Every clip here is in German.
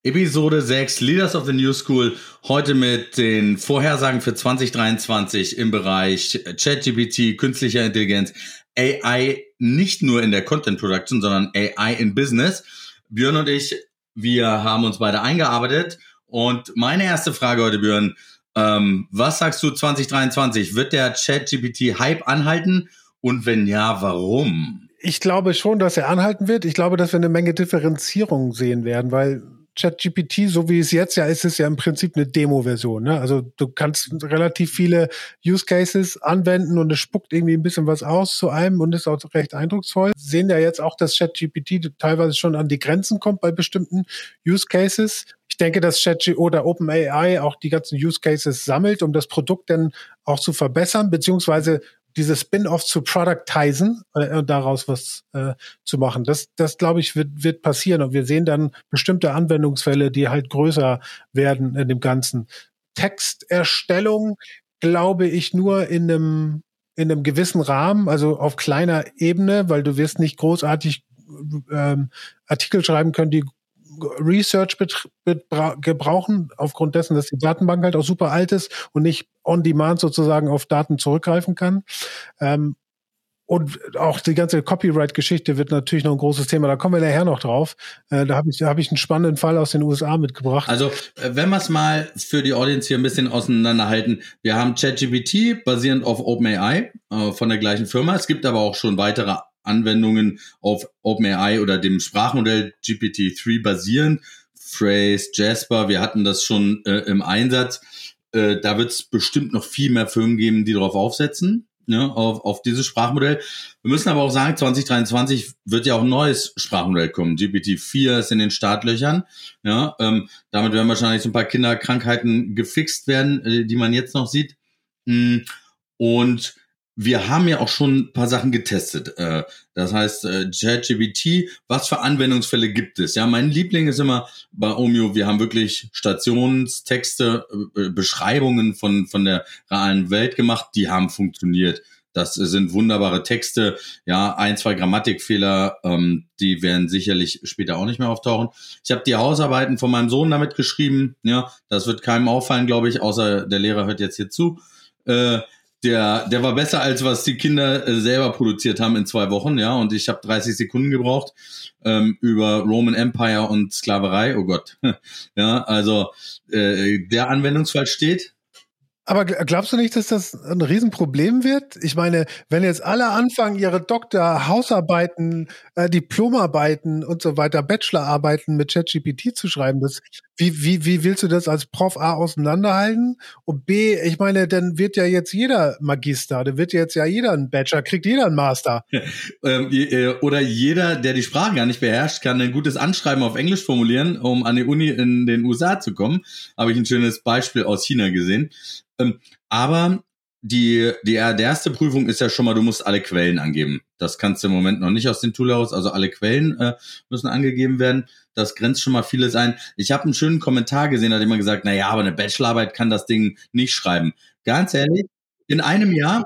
Episode 6, Leaders of the New School, heute mit den Vorhersagen für 2023 im Bereich ChatGPT, künstlicher Intelligenz, AI nicht nur in der Content Production, sondern AI in Business. Björn und ich, wir haben uns beide eingearbeitet und meine erste Frage heute, Björn, was sagst du 2023? Wird der ChatGPT-Hype anhalten und wenn ja, warum? Ich glaube schon, dass er anhalten wird. Ich glaube, dass wir eine Menge Differenzierung sehen werden, weil ChatGPT, so wie es jetzt ja ist, ist ja im Prinzip eine Demo-Version. Ne? Also du kannst relativ viele Use Cases anwenden und es spuckt irgendwie ein bisschen was aus zu einem und ist auch recht eindrucksvoll. Wir sehen ja jetzt auch, dass ChatGPT teilweise schon an die Grenzen kommt bei bestimmten Use Cases. Ich denke, dass ChatGPT oder OpenAI auch die ganzen Use Cases sammelt, um das Produkt dann auch zu verbessern, beziehungsweise diese Spin-off zu productizen und daraus was zu machen. Das glaube ich, wird passieren. Und wir sehen dann bestimmte Anwendungsfälle, die halt größer werden in dem Ganzen. Texterstellung glaube ich nur in einem gewissen Rahmen, also auf kleiner Ebene, weil du wirst nicht großartig Artikel schreiben können, die Research gebrauchen, aufgrund dessen, dass die Datenbank halt auch super alt ist und nicht on demand sozusagen auf Daten zurückgreifen kann. Und auch die ganze Copyright-Geschichte wird natürlich noch ein großes Thema. Da kommen wir nachher noch drauf. Da habe ich einen spannenden Fall aus den USA mitgebracht. Also, wenn wir es mal für die Audience hier ein bisschen auseinanderhalten. Wir haben ChatGPT basierend auf OpenAI von der gleichen Firma. Es gibt aber auch schon weitere Anwendungen auf OpenAI oder dem Sprachmodell GPT-3 basierend. Phrase, Jasper, wir hatten das schon im Einsatz. Da wird es bestimmt noch viel mehr Firmen geben, die darauf aufsetzen, ne, auf dieses Sprachmodell. Wir müssen aber auch sagen, 2023 wird ja auch ein neues Sprachmodell kommen. GPT-4 ist in den Startlöchern. Ja, damit werden wahrscheinlich so ein paar Kinderkrankheiten gefixt werden, die man jetzt noch sieht. Und wir haben ja auch schon ein paar Sachen getestet. Das heißt, ChatGPT, was für Anwendungsfälle gibt es? Ja, mein Liebling ist immer bei Omio, wir haben wirklich Stationstexte, Beschreibungen von der realen Welt gemacht, die haben funktioniert. Das sind wunderbare Texte. Ja, 1-2 Grammatikfehler, die werden sicherlich später auch nicht mehr auftauchen. Ich habe die Hausarbeiten von meinem Sohn damit geschrieben. Ja, das wird keinem auffallen, glaube ich, außer der Lehrer hört jetzt hier zu. Der war besser, als was die Kinder selber produziert haben in 2 Wochen, ja, und ich habe 30 Sekunden gebraucht über Roman Empire und Sklaverei, oh Gott. Ja, also der Anwendungsfall steht. Aber glaubst du nicht, dass das ein Riesenproblem wird? Ich meine, wenn jetzt alle anfangen, ihre Hausarbeiten, Diplomarbeiten und so weiter, Bachelorarbeiten mit ChatGPT zu schreiben, wie willst du das als Prof A auseinanderhalten? Und B, ich meine, dann wird ja jetzt jeder Magister, dann wird jetzt ja jeder ein Bachelor, kriegt jeder einen Master. Oder jeder, der die Sprache gar nicht beherrscht, kann ein gutes Anschreiben auf Englisch formulieren, um an die Uni in den USA zu kommen. Habe ich ein schönes Beispiel aus China gesehen. Aber die erste Prüfung ist ja schon mal, du musst alle Quellen angeben. Das kannst du im Moment noch nicht aus dem Tool heraus. Also alle Quellen müssen angegeben werden. Das grenzt schon mal vieles ein. Ich habe einen schönen Kommentar gesehen, da hat jemand gesagt, naja, aber eine Bachelorarbeit kann das Ding nicht schreiben. Ganz ehrlich, in einem Jahr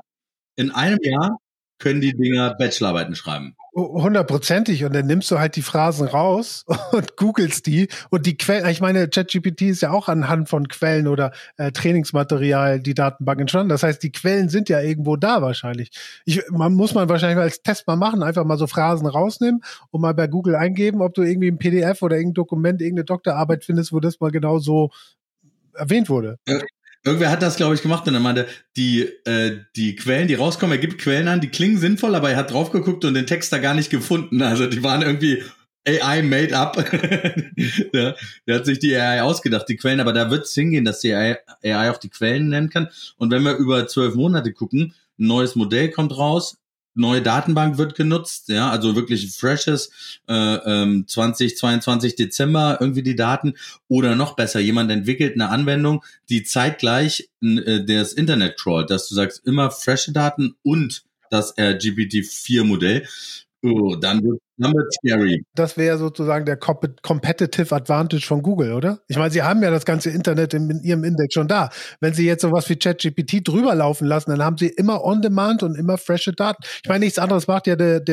können die Dinger Bachelorarbeiten schreiben. 100%ig. Und dann nimmst du halt die Phrasen raus und googelst die. Und die Quellen, ich meine, ChatGPT ist ja auch anhand von Quellen oder Trainingsmaterial die Datenbank entstanden. Das heißt, die Quellen sind ja irgendwo da wahrscheinlich. Muss man wahrscheinlich als Test mal machen, einfach mal so Phrasen rausnehmen und mal bei Google eingeben, ob du irgendwie ein PDF oder irgendein Dokument, irgendeine Doktorarbeit findest, wo das mal genau so erwähnt wurde. Ja. Irgendwer hat das, glaube ich, gemacht und er meinte, die Quellen, die rauskommen, er gibt Quellen an, die klingen sinnvoll, aber er hat drauf geguckt und den Text da gar nicht gefunden. Also die waren irgendwie AI made up. Ja, der hat sich die AI ausgedacht, die Quellen, aber da wird es hingehen, dass die AI auch die Quellen nennen kann. Und wenn wir über 12 Monate gucken, ein neues Modell kommt raus, neue Datenbank wird genutzt, ja, also wirklich freshes 2022 Dezember irgendwie die Daten oder noch besser, jemand entwickelt eine Anwendung, die zeitgleich das Internet crawlt, dass du sagst, immer frische Daten und das GPT-4 Modell Oh, dann wird's scary. Das wäre sozusagen der Competitive Advantage von Google, oder? Ich meine, sie haben ja das ganze Internet in ihrem Index schon da. Wenn sie jetzt sowas wie ChatGPT drüber laufen lassen, dann haben sie immer On-Demand und immer frische Daten. Ich meine, nichts anderes macht ja der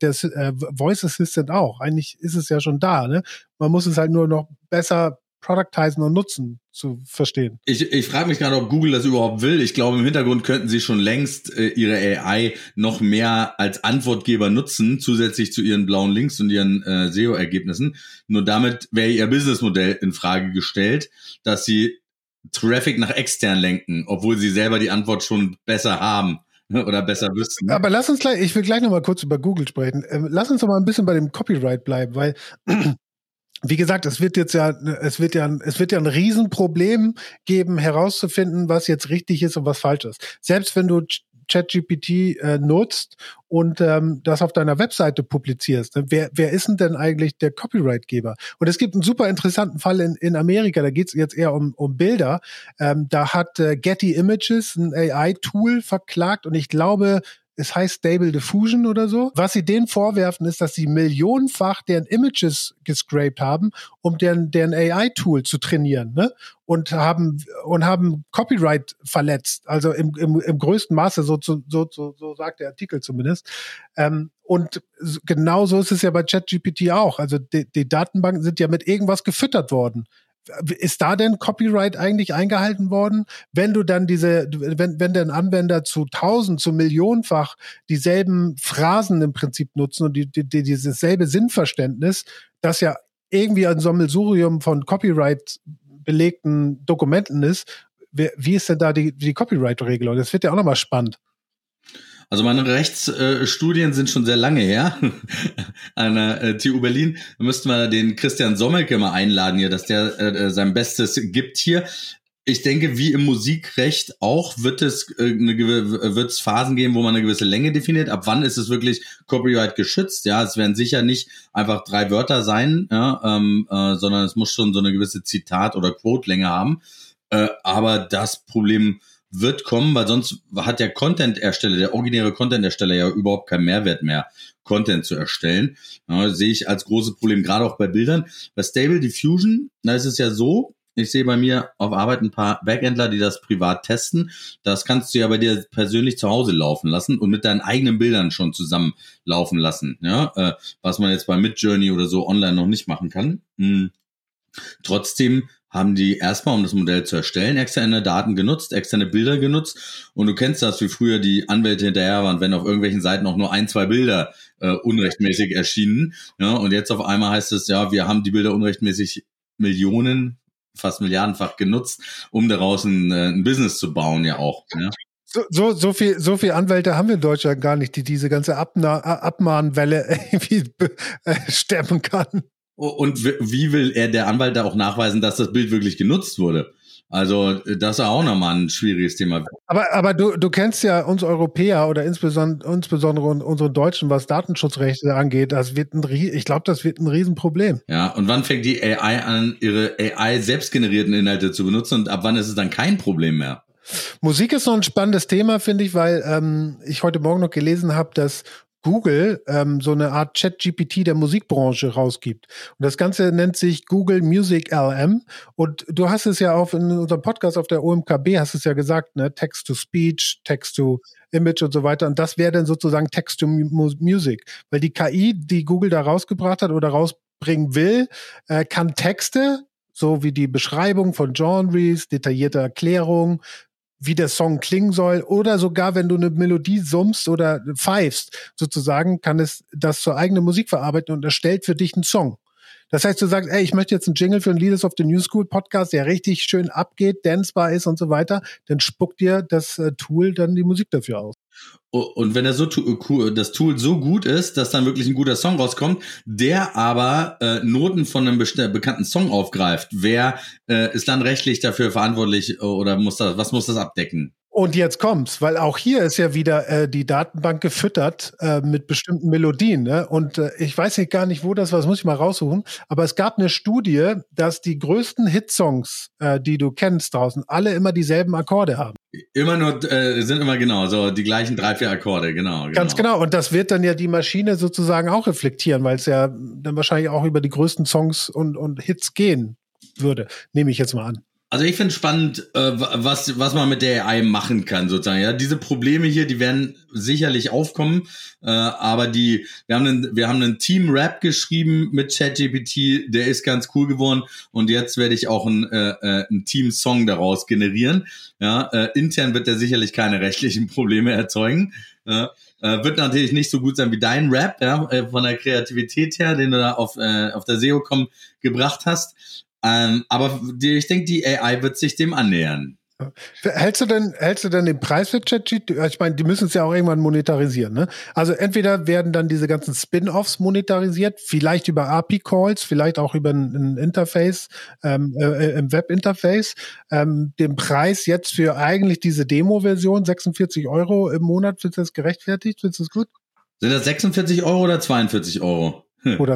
Voice Assistant auch. Eigentlich ist es ja schon da, ne? Man muss es halt nur noch besser productizen und nutzen, zu verstehen. Ich frage mich gerade, ob Google das überhaupt will. Ich glaube, im Hintergrund könnten sie schon längst ihre AI noch mehr als Antwortgeber nutzen, zusätzlich zu ihren blauen Links und ihren SEO-Ergebnissen. Nur damit wäre ihr Businessmodell in Frage gestellt, dass sie Traffic nach extern lenken, obwohl sie selber die Antwort schon besser haben oder besser wüssten. Aber ich will gleich noch mal kurz über Google sprechen. Lass uns doch mal ein bisschen bei dem Copyright bleiben, weil wie gesagt, es wird ja ein Riesenproblem geben, herauszufinden, was jetzt richtig ist und was falsch ist. Selbst wenn du ChatGPT nutzt und das auf deiner Webseite publizierst, ne? Wer ist denn eigentlich der Copyrightgeber? Und es gibt einen super interessanten Fall in Amerika, da geht es jetzt eher um Bilder. Da hat Getty Images ein AI-Tool verklagt und ich glaube, es heißt Stable Diffusion oder so. Was sie denen vorwerfen, ist, dass sie millionenfach deren Images gescraped haben, um deren AI-Tool zu trainieren, ne? Und haben Copyright verletzt. Also im größten Maße, so sagt der Artikel zumindest. Und genauso ist es ja bei ChatGPT auch. Also die Datenbanken sind ja mit irgendwas gefüttert worden. Ist da denn Copyright eigentlich eingehalten worden? Wenn du dann wenn der Anwender zu 1000, zu millionenfach dieselben Phrasen im Prinzip nutzen und dieses selbe Sinnverständnis, das ja irgendwie ein Sammelsurium von Copyright belegten Dokumenten ist, wie ist denn da die Copyright-Regelung? Das wird ja auch nochmal spannend. Also meine Rechtsstudien sind schon sehr lange her an der TU Berlin. Da müssten wir den Christian Sommelke mal einladen hier, dass der sein Bestes gibt hier. Ich denke, wie im Musikrecht auch wird es Phasen geben, wo man eine gewisse Länge definiert. Ab wann ist es wirklich Copyright geschützt? Ja, es werden sicher nicht einfach 3 Wörter sein, ja, sondern es muss schon so eine gewisse Zitat- oder Quote-Länge haben. Aber das Problem wird kommen, weil sonst hat der Content-Ersteller, der originäre Content-Ersteller ja überhaupt keinen Mehrwert mehr, Content zu erstellen. Ja, das sehe ich als großes Problem, gerade auch bei Bildern. Bei Stable Diffusion, da ist es ja so, ich sehe bei mir auf Arbeit ein paar Backendler, die das privat testen. Das kannst du ja bei dir persönlich zu Hause laufen lassen und mit deinen eigenen Bildern schon zusammen laufen lassen. Ja, was man jetzt bei Midjourney oder so online noch nicht machen kann. Trotzdem haben die erstmal, um das Modell zu erstellen, externe Daten genutzt, externe Bilder genutzt. Und du kennst das, wie früher die Anwälte hinterher waren, wenn auf irgendwelchen Seiten auch nur 1, 2 Bilder unrechtmäßig erschienen. Ja, und jetzt auf einmal heißt es, ja, wir haben die Bilder unrechtmäßig Millionen, fast milliardenfach genutzt, um daraus ein Business zu bauen, ja auch. Ja. So viel Anwälte haben wir in Deutschland gar nicht, die diese ganze Abmahnwelle irgendwie stemmen kann. Und wie will der Anwalt da auch nachweisen, dass das Bild wirklich genutzt wurde? Also das ist auch nochmal ein schwieriges Thema. Aber du kennst ja uns Europäer oder insbesondere unsere Deutschen, was Datenschutzrechte angeht. Ich glaube, das wird ein Riesenproblem. Ja, und wann fängt die AI an, ihre AI selbstgenerierten Inhalte zu benutzen und ab wann ist es dann kein Problem mehr? Musik ist noch ein spannendes Thema, finde ich, weil ich heute Morgen noch gelesen habe, dass Google so eine Art ChatGPT der Musikbranche rausgibt. Und das Ganze nennt sich Google Music LM. Und du hast es ja auch in unserem Podcast auf der OMKB, hast es ja gesagt, ne? Text-to-Speech, Text-to-Image und so weiter. Und das wäre dann sozusagen Text-to-Music. Weil die KI, die Google da rausgebracht hat oder rausbringen will, kann Texte, so wie die Beschreibung von Genres, detaillierte Erklärung, wie der Song klingen soll, oder sogar, wenn du eine Melodie summst oder pfeifst, sozusagen, kann es das zur eigenen Musik verarbeiten und erstellt für dich einen Song. Das heißt, du sagst, ey, ich möchte jetzt einen Jingle für einen Leaders of the New School Podcast, der richtig schön abgeht, dancebar ist und so weiter, dann spuckt dir das Tool dann die Musik dafür aus. Und wenn das Tool so gut ist, dass dann wirklich ein guter Song rauskommt, der aber Noten von einem bekannten Song aufgreift, wer ist dann rechtlich dafür verantwortlich oder was muss das abdecken? Und jetzt kommt's, weil auch hier ist ja wieder die Datenbank gefüttert mit bestimmten Melodien. Ne? Und ich weiß nicht gar nicht, wo das war, das muss ich mal raussuchen. Aber es gab eine Studie, dass die größten Hitsongs, die du kennst draußen, alle immer dieselben Akkorde haben. Immer nur, sind immer genau, so die gleichen 3, 4 Akkorde, genau. Ganz genau. Und das wird dann ja die Maschine sozusagen auch reflektieren, weil es ja dann wahrscheinlich auch über die größten Songs und Hits gehen würde, nehme ich jetzt mal an. Also ich finde spannend, was man mit der AI machen kann, sozusagen. Ja, diese Probleme hier, die werden sicherlich aufkommen, aber wir haben einen Team-Rap geschrieben mit ChatGPT, der ist ganz cool geworden und jetzt werde ich auch einen Team-Song daraus generieren. Ja, intern wird der sicherlich keine rechtlichen Probleme erzeugen. Wird natürlich nicht so gut sein wie dein Rap, ja, von der Kreativität her, den du da auf der SEO.com gebracht hast. Aber ich denke, die AI wird sich dem annähern. Hältst du denn den Preis für ChatGPT? Ich meine, die müssen es ja auch irgendwann monetarisieren, ne? Also entweder werden dann diese ganzen Spin-offs monetarisiert, vielleicht über API-Calls, vielleicht auch über ein Interface, im Web-Interface. Den Preis jetzt für eigentlich diese Demo-Version, 46 € im Monat, findest du das gerechtfertigt? Findest du das gut? Sind das 46 € oder 42 €? Oder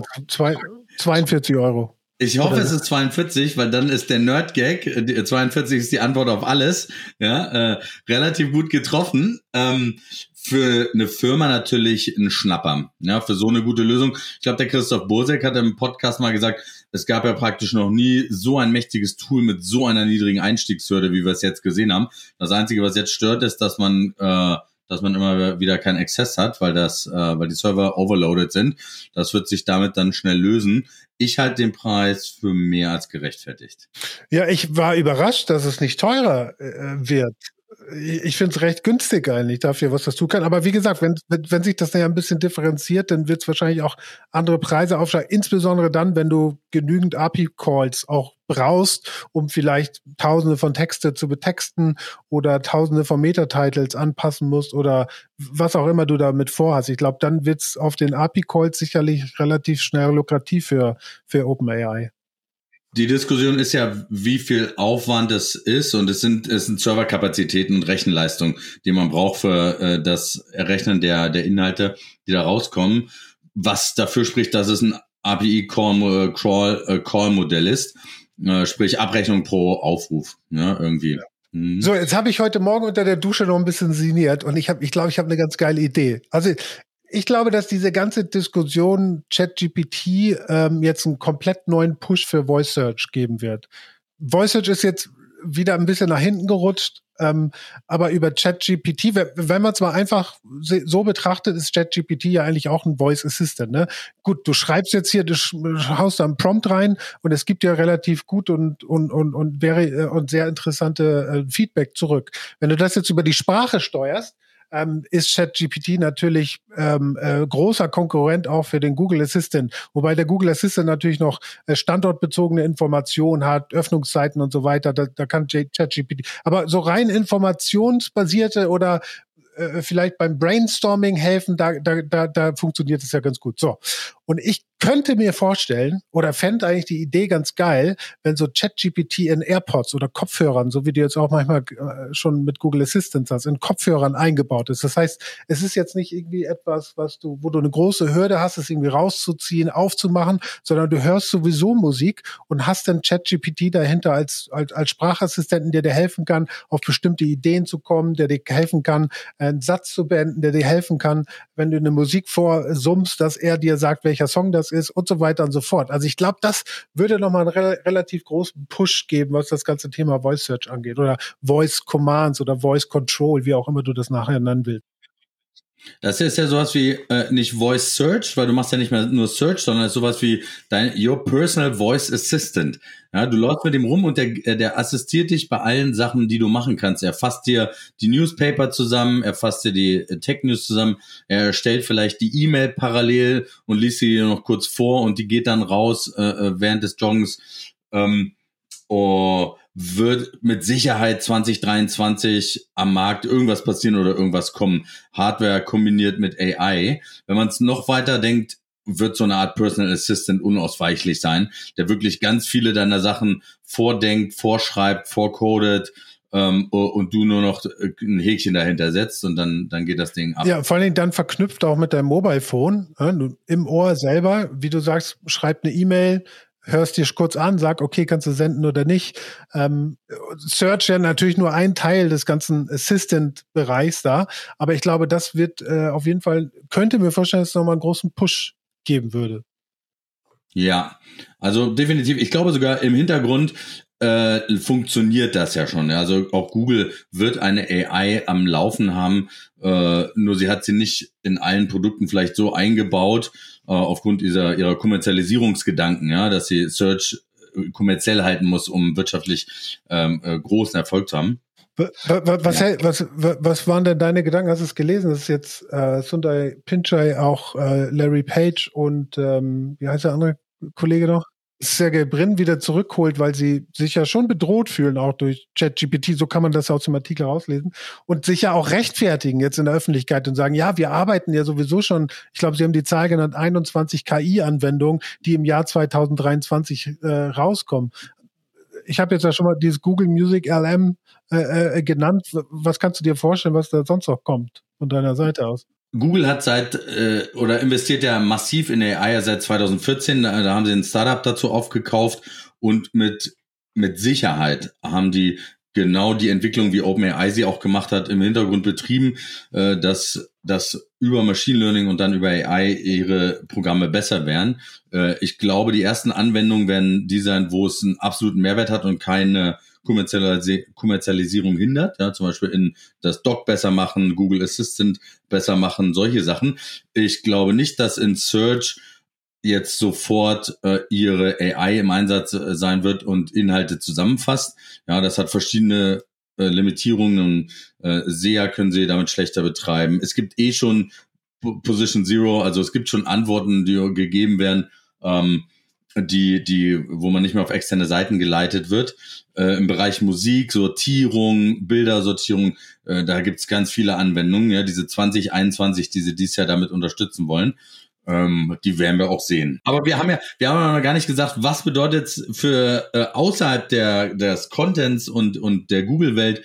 42 €. Ich hoffe, es ist 42, weil dann ist der Nerd-Gag, 42 ist die Antwort auf alles, ja, relativ gut getroffen. Für eine Firma natürlich ein Schnapper, ja, für so eine gute Lösung. Ich glaube, der Christoph Bosek hat im Podcast mal gesagt, es gab ja praktisch noch nie so ein mächtiges Tool mit so einer niedrigen Einstiegshürde, wie wir es jetzt gesehen haben. Das Einzige, was jetzt stört, ist, dass man immer wieder keinen Access hat, weil die Server overloaded sind. Das wird sich damit dann schnell lösen. Ich halte den Preis für mehr als gerechtfertigt. Ja, ich war überrascht, dass es nicht teurer wird. Ich finde es recht günstig eigentlich dafür, was das tun kann. Aber wie gesagt, wenn sich das ja ein bisschen differenziert, dann wird es wahrscheinlich auch andere Preise aufschlagen. Insbesondere dann, wenn du genügend API-Calls auch brauchst, um vielleicht Tausende von Texte zu betexten oder Tausende von Meta-Titles anpassen musst oder was auch immer du damit vorhast. Ich glaube, dann wird es auf den API-Calls sicherlich relativ schnell lukrativ für OpenAI. Die Diskussion ist ja, wie viel Aufwand es ist und es sind Serverkapazitäten und Rechenleistung, die man braucht für das Errechnen der Inhalte, die da rauskommen, was dafür spricht, dass es ein API-Call-Modell ist, sprich Abrechnung pro Aufruf, ja, irgendwie. Ja. So, jetzt habe ich heute Morgen unter der Dusche noch ein bisschen sinniert und ich glaube, ich habe eine ganz geile Idee. Also ich glaube, dass diese ganze Diskussion ChatGPT jetzt einen komplett neuen Push für Voice Search geben wird. Voice Search ist jetzt wieder ein bisschen nach hinten gerutscht, aber über ChatGPT, wenn man es mal einfach so betrachtet, ist ChatGPT ja eigentlich auch ein Voice Assistant. Ne? Gut, du schreibst jetzt hier, du haust da einen Prompt rein und es gibt ja relativ gut und sehr interessante Feedback zurück. Wenn du das jetzt über die Sprache steuerst, ist ChatGPT natürlich großer Konkurrent auch für den Google Assistant. Wobei der Google Assistant natürlich noch standortbezogene Informationen hat, Öffnungszeiten und so weiter. Da kann ChatGPT. Aber so rein informationsbasierte oder vielleicht beim Brainstorming helfen, da funktioniert es ja ganz gut. So. Und ich könnte mir vorstellen oder fände eigentlich die Idee ganz geil, wenn so ChatGPT in AirPods oder Kopfhörern, so wie du jetzt auch manchmal schon mit Google Assistant hast, in Kopfhörern eingebaut ist. Das heißt, es ist jetzt nicht irgendwie etwas, wo du eine große Hürde hast, es irgendwie rauszuziehen, aufzumachen, sondern du hörst sowieso Musik und hast dann ChatGPT dahinter als Sprachassistenten, der dir helfen kann, auf bestimmte Ideen zu kommen, der dir helfen kann, einen Satz zu beenden, der dir helfen kann, wenn du eine Musik vorsummst, dass er dir sagt, welcher Song das ist und so weiter und so fort. Also ich glaube, das würde nochmal einen relativ großen Push geben, was das ganze Thema Voice Search angeht oder Voice Commands oder Voice Control, wie auch immer du das nachher nennen willst. Das ist ja sowas wie nicht Voice Search, weil du machst ja nicht mehr nur Search, sondern sowas wie Your Personal Voice Assistant. Ja, du läufst mit dem rum und der assistiert dich bei allen Sachen, die du machen kannst. Er fasst dir die Newspaper zusammen, er fasst dir die Tech News zusammen, er stellt vielleicht die E-Mail parallel und liest sie dir noch kurz vor und die geht dann raus während des Joggens. Wird mit Sicherheit 2023 am Markt irgendwas passieren oder irgendwas kommen. Hardware kombiniert mit AI. Wenn man es noch weiter denkt, wird so eine Art Personal Assistant unausweichlich sein, der wirklich ganz viele deiner Sachen vordenkt, vorschreibt, vorcodet, und du nur noch ein Häkchen dahinter setzt und dann geht das Ding ab. Ja, vor allen Dingen dann verknüpft auch mit deinem Mobile Phone. Du im Ohr selber, wie du sagst, schreib eine E-Mail, hörst dir kurz an, sag, okay, kannst du senden oder nicht. Search ja natürlich nur ein Teil des ganzen Assistant-Bereichs da, aber ich glaube, das wird auf jeden Fall, könnte mir vorstellen, dass es nochmal einen großen Push geben würde. Ja, also definitiv. Ich glaube sogar im Hintergrund funktioniert das ja schon. Also auch Google wird eine AI am Laufen haben, nur sie hat sie nicht in allen Produkten vielleicht so eingebaut, aufgrund ihrer Kommerzialisierungsgedanken, ja, dass sie Search kommerziell halten muss, um wirtschaftlich großen Erfolg zu haben. Was waren denn deine Gedanken? Hast du es gelesen? Das ist jetzt Sundar Pichai, auch Larry Page und wie heißt der andere Kollege noch? Sergey Brin wieder zurückholt, weil sie sich ja schon bedroht fühlen, auch durch ChatGPT, so kann man das aus dem Artikel rauslesen, und sich ja auch rechtfertigen jetzt in der Öffentlichkeit und sagen, ja, wir arbeiten ja sowieso schon, ich glaube, sie haben die Zahl genannt, 21 KI-Anwendungen, die im Jahr 2023 rauskommen. Ich habe jetzt ja schon mal dieses Google Music LM genannt. Was kannst du dir vorstellen, was da sonst noch kommt von deiner Seite aus? Google hat oder investiert ja massiv in AI seit 2014. Da haben sie ein Startup dazu aufgekauft und mit Sicherheit haben die genau die Entwicklung, wie OpenAI sie auch gemacht hat, im Hintergrund betrieben, dass über Machine Learning und dann über AI ihre Programme besser werden. Ich glaube, die ersten Anwendungen werden die sein, wo es einen absoluten Mehrwert hat und keine Kommerzialisierung hindert, ja, zum Beispiel in das Doc besser machen, Google Assistant besser machen, solche Sachen. Ich glaube nicht, dass in Search jetzt sofort ihre AI im Einsatz sein wird und Inhalte zusammenfasst. Ja, das hat verschiedene Limitierungen. SEA können sie damit schlechter betreiben. Es gibt schon Position Zero, also es gibt schon Antworten, die gegeben werden, wo man nicht mehr auf externe Seiten geleitet wird. Im Bereich Musik, Sortierung, Bildersortierung, da gibt's ganz viele Anwendungen, ja, diese 2021, die sie dieses Jahr damit unterstützen wollen. Die werden wir auch sehen. Aber wir haben ja noch gar nicht gesagt, was bedeutet für außerhalb des Contents und der Google-Welt,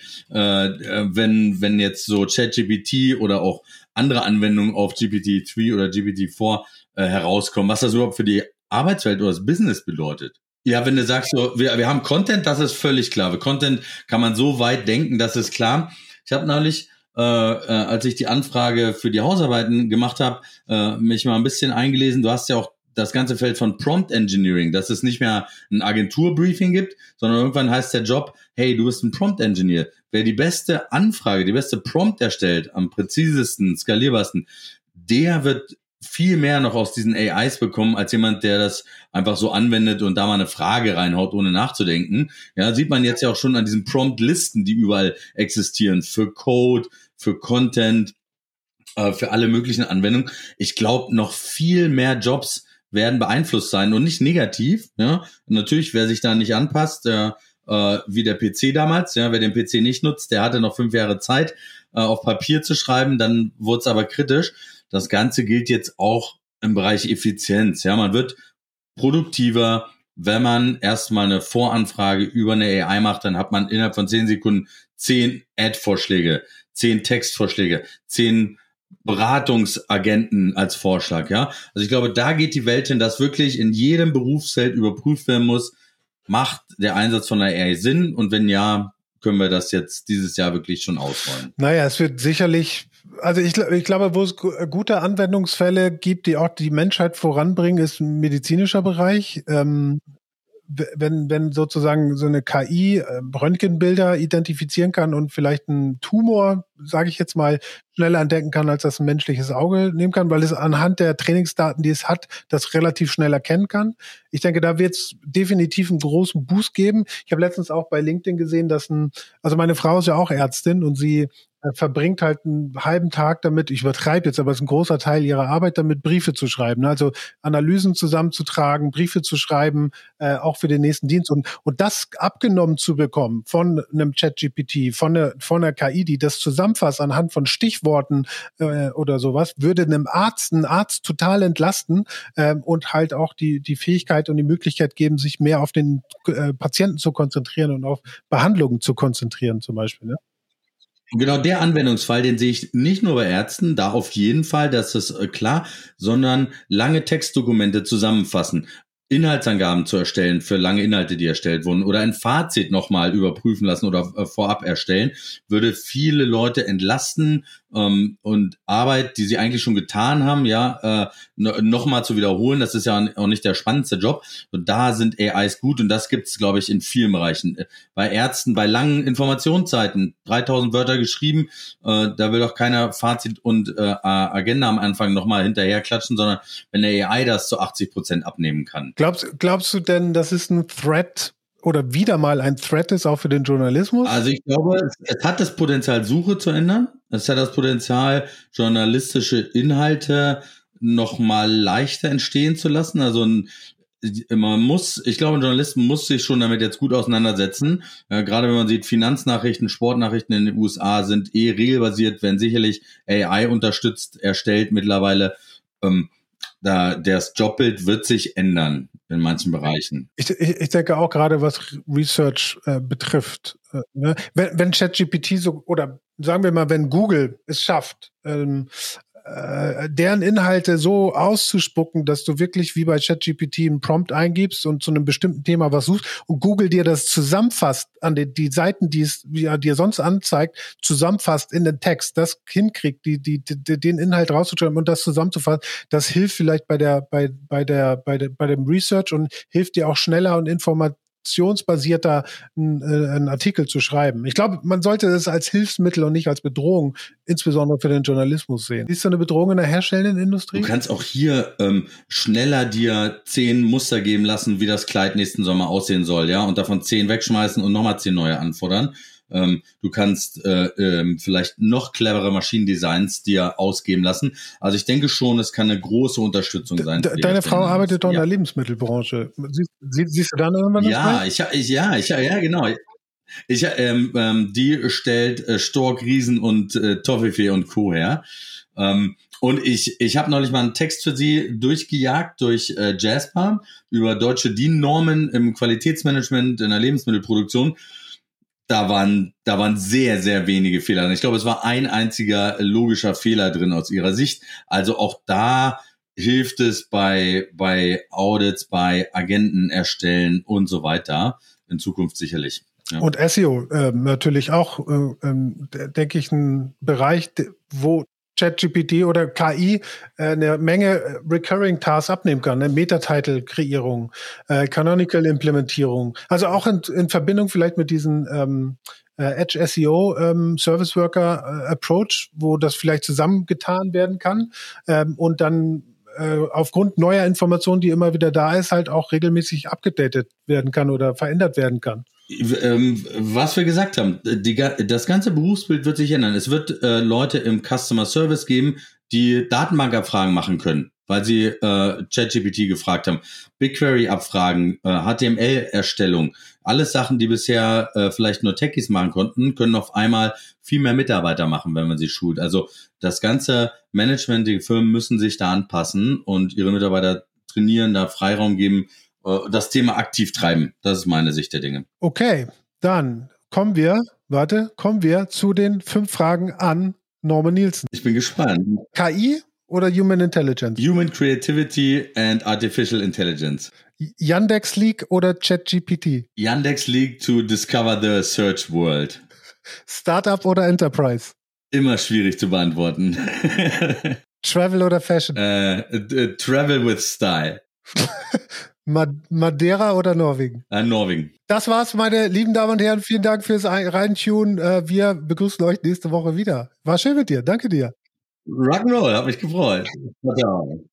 wenn jetzt so ChatGPT oder auch andere Anwendungen auf GPT-3 oder GPT-4 herauskommen, was das überhaupt für die Arbeitswelt oder das Business bedeutet. Ja, wenn du sagst, so, wir haben Content, das ist völlig klar. Content kann man so weit denken, das ist klar. Ich habe neulich, als ich die Anfrage für die Hausarbeiten gemacht habe, mich mal ein bisschen eingelesen. Du hast ja auch das ganze Feld von Prompt Engineering, dass es nicht mehr ein Agenturbriefing gibt, sondern irgendwann heißt der Job, hey, du bist ein Prompt Engineer. Wer die beste Anfrage, die beste Prompt erstellt, am präzisesten, skalierbarsten, der wird viel mehr noch aus diesen AIs bekommen, als jemand, der das einfach so anwendet und da mal eine Frage reinhaut, ohne nachzudenken. Ja, sieht man jetzt ja auch schon an diesen Prompt-Listen, die überall existieren, für Code, für Content, für alle möglichen Anwendungen. Ich glaube, noch viel mehr Jobs werden beeinflusst sein und nicht negativ. Ja, und natürlich, wer sich da nicht anpasst, wie der PC damals, ja, wer den PC nicht nutzt, der hatte noch 5 Jahre Zeit, auf Papier zu schreiben, dann wurde es aber kritisch. Das Ganze gilt jetzt auch im Bereich Effizienz. Ja, man wird produktiver, wenn man erstmal eine Voranfrage über eine AI macht, dann hat man innerhalb von 10 Sekunden 10 Ad-Vorschläge, 10 Textvorschläge, 10 Beratungsagenten als Vorschlag. Ja, also ich glaube, da geht die Welt hin, dass wirklich in jedem Berufsfeld überprüft werden muss, macht der Einsatz von der AI Sinn? Und wenn ja, können wir das jetzt dieses Jahr wirklich schon ausrollen? Naja, es wird sicherlich, also ich glaube, wo es gute Anwendungsfälle gibt, die auch die Menschheit voranbringen, ist ein medizinischer Bereich. Wenn sozusagen so eine KI Röntgenbilder identifizieren kann und vielleicht einen Tumor, sage ich jetzt mal, schneller entdecken kann, als das ein menschliches Auge nehmen kann, weil es anhand der Trainingsdaten, die es hat, das relativ schnell erkennen kann. Ich denke, da wird es definitiv einen großen Boost geben. Ich habe letztens auch bei LinkedIn gesehen, dass also meine Frau ist ja auch Ärztin und sie verbringt halt einen halben Tag damit, ich übertreibe jetzt, aber es ist ein großer Teil ihrer Arbeit, damit Briefe zu schreiben, also Analysen zusammenzutragen, Briefe zu schreiben, auch für den nächsten Dienst und das abgenommen zu bekommen von einem ChatGPT, von einer KI, die das zusammenfasst zusammenfasst anhand von Stichworten oder sowas, würde einen Arzt total entlasten und halt auch die Fähigkeit und die Möglichkeit geben, sich mehr auf den Patienten zu konzentrieren und auf Behandlungen zu konzentrieren zum Beispiel. Ne? Genau, der Anwendungsfall, den sehe ich nicht nur bei Ärzten, da auf jeden Fall, das ist klar, sondern lange Textdokumente zusammenfassen, Inhaltsangaben zu erstellen für lange Inhalte, die erstellt wurden, oder ein Fazit nochmal überprüfen lassen oder vorab erstellen, würde viele Leute entlasten und Arbeit, die sie eigentlich schon getan haben, nochmal zu wiederholen. Das ist ja auch nicht der spannendste Job. Und da sind AIs gut und das gibt es, glaube ich, in vielen Bereichen. Bei Ärzten, bei langen Informationszeiten, 3000 Wörter geschrieben, da will doch keiner Fazit und Agenda am Anfang nochmal hinterher klatschen, sondern wenn der AI das zu 80% abnehmen kann. Glaubst du denn, das ist ein Threat oder wieder mal ein Threat ist auch für den Journalismus? Also ich glaube, es hat das Potenzial, Suche zu ändern. Es hat das Potenzial, journalistische Inhalte noch mal leichter entstehen zu lassen. Also ich glaube, ein Journalist muss sich schon damit jetzt gut auseinandersetzen. Gerade wenn man sieht, Finanznachrichten, Sportnachrichten in den USA sind regelbasiert, werden sicherlich AI unterstützt, erstellt mittlerweile. Das Jobbild wird sich ändern in manchen Bereichen. Ich denke auch gerade, was Research betrifft. Ne? Wenn ChatGPT oder sagen wir mal, wenn Google es schafft, deren Inhalte so auszuspucken, dass du wirklich wie bei ChatGPT einen Prompt eingibst und zu einem bestimmten Thema was suchst und Google dir das zusammenfasst an die Seiten, die es dir sonst anzeigt, zusammenfasst in den Text, das hinkriegt, den Inhalt rauszuschreiben und das zusammenzufassen, das hilft vielleicht bei dem Research und hilft dir auch schneller und informationsbasierter einen Artikel zu schreiben. Ich glaube, man sollte das als Hilfsmittel und nicht als Bedrohung, insbesondere für den Journalismus sehen. Ist so eine Bedrohung in der herstellenden Industrie? Du kannst auch hier schneller dir 10 Muster geben lassen, wie das Kleid nächsten Sommer aussehen soll, ja, und davon 10 wegschmeißen und nochmal 10 neue anfordern. Du kannst vielleicht noch clevere Maschinendesigns dir ausgeben lassen. Also ich denke schon, es kann eine große Unterstützung sein. Deine Frau arbeitet doch in der Lebensmittelbranche. Siehst du da irgendwann genau. Die stellt Stork, Riesen und Toffifee und Co. her. Und ich habe neulich mal einen Text für sie durchgejagt durch Jasper über deutsche DIN-Normen im Qualitätsmanagement in der Lebensmittelproduktion. Da waren sehr, sehr wenige Fehler drin. Ich glaube, es war ein einziger logischer Fehler drin aus ihrer Sicht. Also auch da hilft es bei Audits, bei Agenten erstellen und so weiter. In Zukunft sicherlich. Ja. Und SEO natürlich auch, denke ich, ein Bereich, wo ChatGPT oder KI eine Menge Recurring Tasks abnehmen kann, ne? Meta-Title-Kreierung, Canonical-Implementierung. Also auch in Verbindung vielleicht mit diesen Edge SEO Service Worker Approach, wo das vielleicht zusammengetan werden kann und dann aufgrund neuer Informationen, die immer wieder da ist, halt auch regelmäßig abgedatet werden kann oder verändert werden kann. Was wir gesagt haben, das ganze Berufsbild wird sich ändern. Es wird Leute im Customer Service geben, die Datenbankabfragen machen können, weil sie ChatGPT gefragt haben. BigQuery-Abfragen, HTML-Erstellung, alles Sachen, die bisher vielleicht nur Techies machen konnten, können auf einmal viel mehr Mitarbeiter machen, wenn man sie schult. Also das ganze Management, die Firmen müssen sich da anpassen und ihre Mitarbeiter trainieren, da Freiraum geben, das Thema aktiv treiben. Das ist meine Sicht der Dinge. Okay, dann kommen wir zu den 5 Fragen an Norman Nielsen. Ich bin gespannt. KI oder Human Intelligence? Human Creativity and Artificial Intelligence. Yandex Leak oder ChatGPT? Yandex Leak to discover the search world. Startup oder Enterprise? Immer schwierig zu beantworten. Travel oder Fashion? Travel with Style. Madeira oder Norwegen? Norwegen. Das war's, meine lieben Damen und Herren. Vielen Dank fürs Reintun. Wir begrüßen euch nächste Woche wieder. War schön mit dir. Danke dir. Rock'n'Roll, hat mich gefreut. Ciao.